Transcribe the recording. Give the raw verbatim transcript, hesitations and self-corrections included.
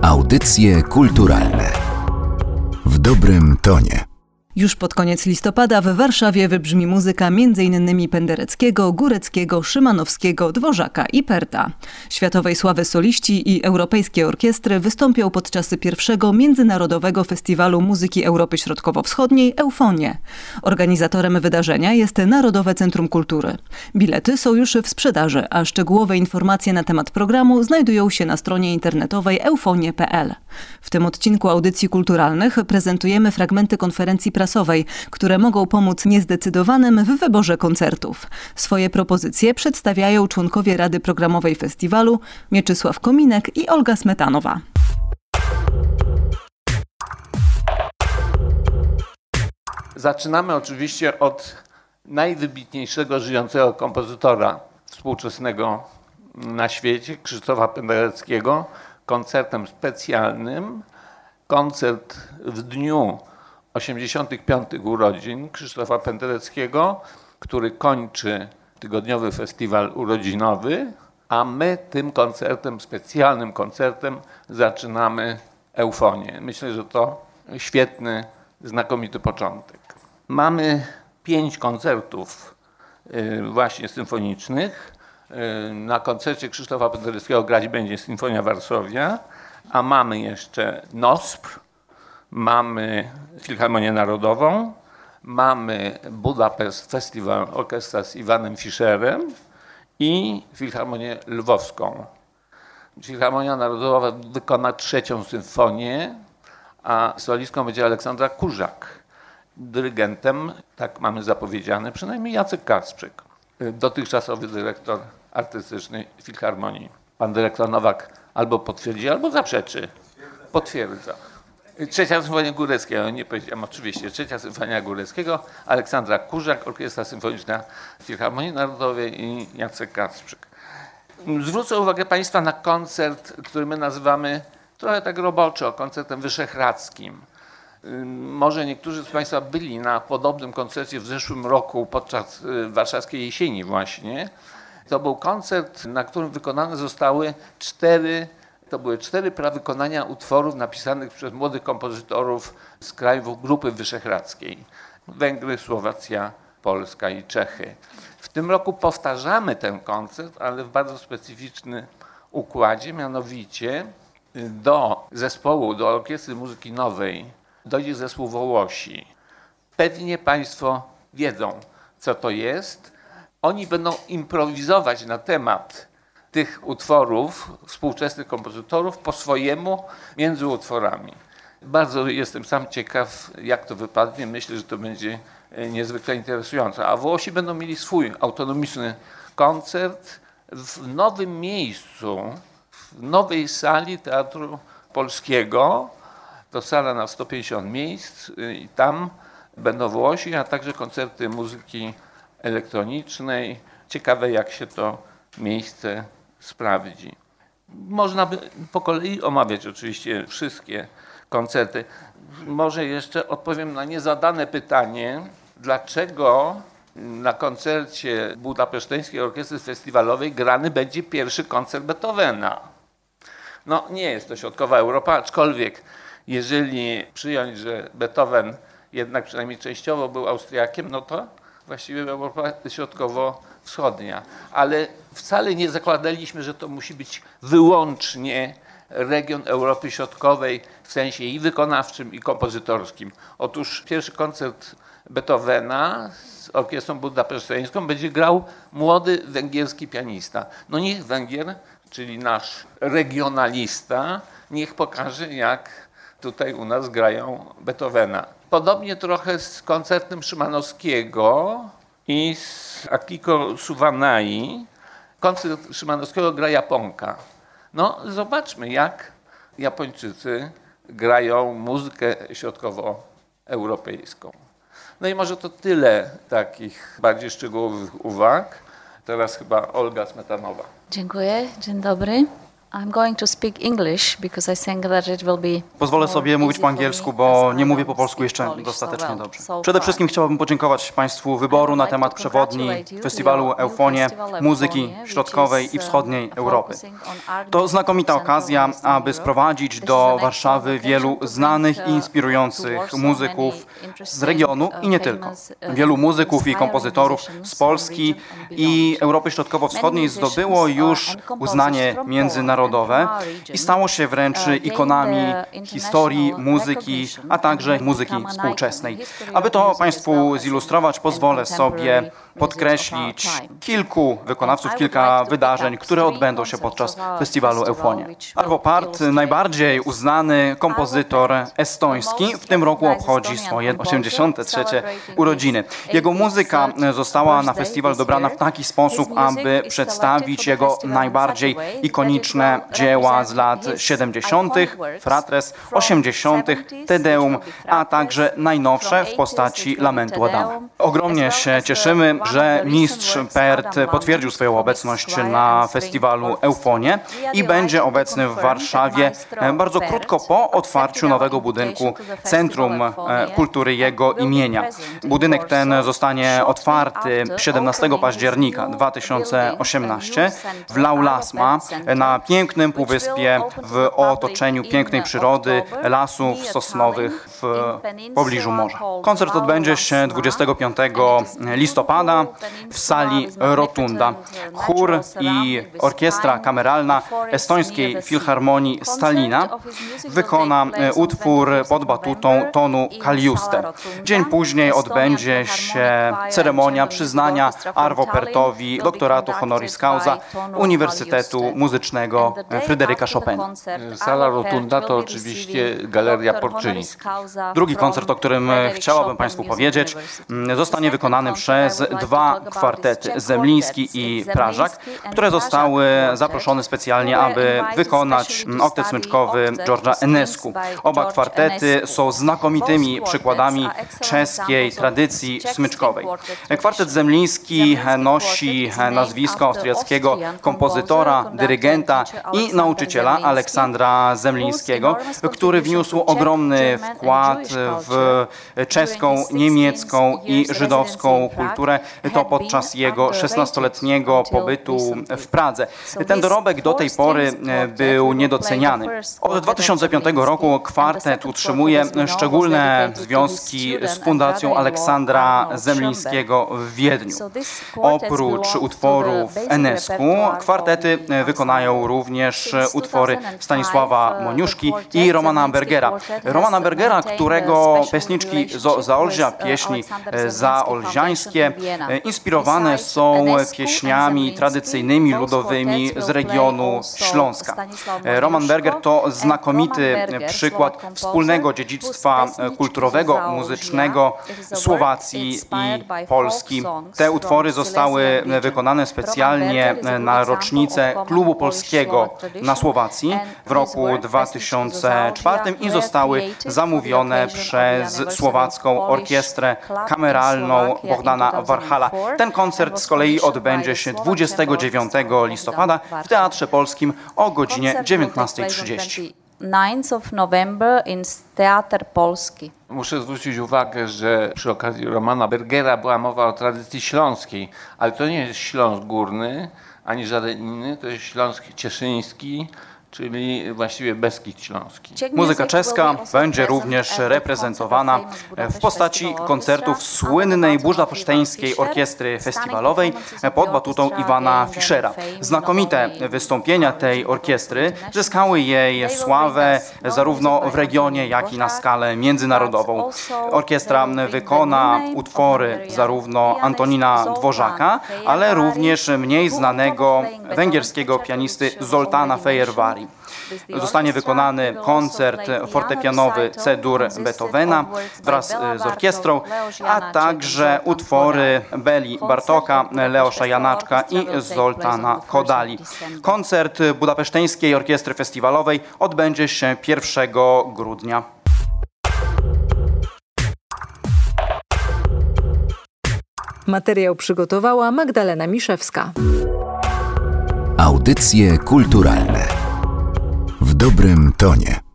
Audycje kulturalne w dobrym tonie. Już pod koniec listopada w Warszawie wybrzmi muzyka między innymi Pendereckiego, Góreckiego, Szymanowskiego, Dworzaka i Perta. Światowej sławy soliści i europejskie orkiestry wystąpią podczas pierwszego Międzynarodowego Festiwalu Muzyki Europy Środkowo-Wschodniej Eufonie. Organizatorem wydarzenia jest Narodowe Centrum Kultury. Bilety są już w sprzedaży, a szczegółowe informacje na temat programu znajdują się na stronie internetowej eufonie kropka p l. W tym odcinku audycji kulturalnych prezentujemy fragmenty konferencji prasowej, które mogą pomóc niezdecydowanym w wyborze koncertów. Swoje propozycje przedstawiają członkowie Rady Programowej Festiwalu Mieczysław Kominek i Olga Smetanowa. Zaczynamy oczywiście od najwybitniejszego żyjącego kompozytora współczesnego na świecie, Krzysztofa Pendereckiego, koncertem specjalnym. Koncert w dniu osiemdziesiątych piątych urodzin Krzysztofa Pendereckiego, który kończy tygodniowy festiwal urodzinowy, a my tym koncertem, specjalnym koncertem zaczynamy Eufonię. Myślę, że to świetny, znakomity początek. Mamy pięć koncertów właśnie symfonicznych. Na koncercie Krzysztofa Pendereckiego grać będzie Sinfonia Warszawia, a mamy jeszcze N O S P, mamy Filharmonię Narodową, mamy Budapest Festival Orkiestra z Iwanem Fischerem i Filharmonię Lwowską. Filharmonia Narodowa wykona trzecią symfonię, a solistką będzie Aleksandra Kurzak. Dyrygentem, tak mamy zapowiedziane, przynajmniej Jacek Kasprzyk, dotychczasowy dyrektor artystyczny Filharmonii. Pan dyrektor Nowak albo potwierdzi, albo zaprzeczy. Potwierdza. Trzecia Symfonia Góreckiego, nie powiedziałem oczywiście, Trzecia Symfonia Góreckiego, Aleksandra Kurzak, Orkiestra Symfoniczna Filharmonii Narodowej i Jacek Kasprzyk. Zwrócę uwagę Państwa na koncert, który my nazywamy trochę tak roboczo, koncertem wyszehradzkim. Może niektórzy z Państwa byli na podobnym koncercie w zeszłym roku podczas warszawskiej jesieni właśnie. To był koncert, na którym wykonane zostały cztery, to były cztery prawykonania utworów napisanych przez młodych kompozytorów z krajów Grupy Wyszehradzkiej. Węgry, Słowacja, Polska i Czechy. W tym roku powtarzamy ten koncert, ale w bardzo specyficznym układzie, mianowicie do zespołu, do Orkiestry Muzyki Nowej dojdzie zespół Wołosi. Pewnie Państwo wiedzą, co to jest. Oni będą improwizować na temat tych utworów współczesnych kompozytorów po swojemu między utworami. Bardzo jestem sam ciekaw, jak to wypadnie. Myślę, że to będzie niezwykle interesujące. A Włosi będą mieli swój autonomiczny koncert w nowym miejscu, w nowej sali Teatru Polskiego. To sala na sto pięćdziesiąt miejsc i tam będą Włosi, a także koncerty muzyki elektronicznej. Ciekawe, jak się to miejsce sprawdzi. Można by po kolei omawiać oczywiście wszystkie koncerty. Może jeszcze odpowiem na niezadane pytanie, dlaczego na koncercie Budapeszteńskiej Orkiestry Festiwalowej grany będzie pierwszy koncert Beethovena. No nie jest to środkowa Europa, aczkolwiek jeżeli przyjąć, że Beethoven jednak przynajmniej częściowo był Austriakiem, no to właściwie Europa środkowo-wschodnia. Ale wcale nie zakładaliśmy, że to musi być wyłącznie region Europy Środkowej w sensie i wykonawczym, i kompozytorskim. Otóż pierwszy koncert Beethovena z Orkiestrą Budapeszteńską będzie grał młody węgierski pianista. No niech Węgier, czyli nasz regionalista, niech pokaże, jak tutaj u nas grają Beethovena. Podobnie trochę z koncertem Szymanowskiego i z Akiko Suvanai. Koncert Szymanowskiego gra Japonka. No zobaczmy, jak Japończycy grają muzykę środkowoeuropejską. No i może to tyle takich bardziej szczegółowych uwag. Teraz chyba Olga Smetanowa. Dziękuję, dzień dobry. Pozwolę sobie mówić po angielsku, bo nie mówię po polsku jeszcze dostatecznie dobrze. Przede wszystkim chciałbym podziękować Państwu wyboru na temat przewodni Festiwalu Eufonie Muzyki Środkowej i Wschodniej Europy. To znakomita okazja, aby sprowadzić do Warszawy wielu znanych i inspirujących muzyków z regionu i nie tylko. Wielu muzyków i kompozytorów z Polski i Europy Środkowo-Wschodniej zdobyło już uznanie międzynarodowe i stało się wręcz ikonami historii, muzyki, a także muzyki współczesnej. Aby to Państwu zilustrować, pozwolę sobie podkreślić kilku wykonawców, kilka wydarzeń, które odbędą się podczas festiwalu Eufonie. Arvo Pärt, najbardziej uznany kompozytor estoński, w tym roku obchodzi swoje osiemdziesiąte trzecie urodziny. Jego muzyka została na festiwal dobrana w taki sposób, aby przedstawić jego najbardziej ikoniczne dzieła z lat siedemdziesiątych, Fratres, osiemdziesiątych, Te Deum, a także najnowsze w postaci Lamentu Adama. Ogromnie się cieszymy, że mistrz Pärt potwierdził swoją obecność na festiwalu Eufonie i będzie obecny w Warszawie bardzo krótko po otwarciu nowego budynku Centrum Kultury jego imienia. Budynek ten zostanie otwarty siedemnastego października dwa tysiące osiemnastego w Laulasma na pięknym półwyspie w otoczeniu pięknej przyrody, lasów sosnowych w pobliżu morza. Koncert odbędzie się dwudziestego piątego listopada w sali Rotunda. Chór i orkiestra kameralna Estońskiej Filharmonii Stalina wykona utwór pod batutą tonu Kaliuste. Dzień później odbędzie się ceremonia przyznania Arvo Pärtowi doktoratu honoris causa Uniwersytetu Muzycznego Fryderyka Chopina. Sala Rotunda to oczywiście Galeria Porczyńska. Drugi koncert, o którym chciałabym Państwu powiedzieć, zostanie wykonany przez dwa kwartety, Zemliński i Prażak, które zostały zaproszone specjalnie, aby wykonać oktet smyczkowy George'a Enescu. Oba kwartety są znakomitymi przykładami czeskiej tradycji smyczkowej. Kwartet Zemliński nosi nazwisko austriackiego kompozytora, dyrygenta i nauczyciela Aleksandra Zemlińskiego, który wniósł ogromny wkład w czeską, niemiecką i żydowską kulturę, to podczas jego szesnastoletniego pobytu w Pradze. Ten dorobek do tej pory był niedoceniany. Od dwa tysiące piątego roku kwartet utrzymuje szczególne związki z Fundacją Aleksandra Zemlińskiego w Wiedniu. Oprócz utworów Enescu, kwartety wykonają również utwory Stanisława Moniuszki i Romana Bergera. Romana Bergera, którego pesniczki Zaolzia, pieśni zaolziańskie, inspirowane są pieśniami tradycyjnymi, ludowymi z regionu Śląska. Roman Berger to znakomity przykład wspólnego dziedzictwa kulturowego, muzycznego Słowacji i Polski. Te utwory zostały wykonane specjalnie na rocznicę Klubu Polskiego na Słowacji w roku dwa tysiące czwartym i zostały zamówione przez Słowacką Orkiestrę Kameralną Bohdana Warchala. Ten koncert z kolei odbędzie się dwudziestego dziewiątego listopada w Teatrze Polskim o godzinie dziewiętnasta trzydzieści. dziewiątego November in Teatr Polski. Muszę zwrócić uwagę, że przy okazji Romana Bergera była mowa o tradycji śląskiej, ale to nie jest Śląsk Górny, ani żaden inny, to jest Śląsk Cieszyński, czyli właściwie Beskid Śląski. Muzyka czeska będzie również reprezentowana w postaci koncertów słynnej budapeszteńskiej orkiestry festiwalowej pod batutą Iwana Fischera. Znakomite wystąpienia tej orkiestry zyskały jej sławę zarówno w regionie, jak i na skalę międzynarodową. Orkiestra wykona utwory zarówno Antonina Dvořáka, ale również mniej znanego węgierskiego pianisty Zoltana Fehérváry. Zostanie wykonany koncert fortepianowy C-dur Beethovena wraz z orkiestrą, a także utwory Beli Bartoka, Leosza Janaczka i Zoltana Kodali. Koncert Budapeszteńskiej Orkiestry Festiwalowej odbędzie się pierwszego grudnia. Materiał przygotowała Magdalena Miszewska. Audycje kulturalne W dobrym tonie.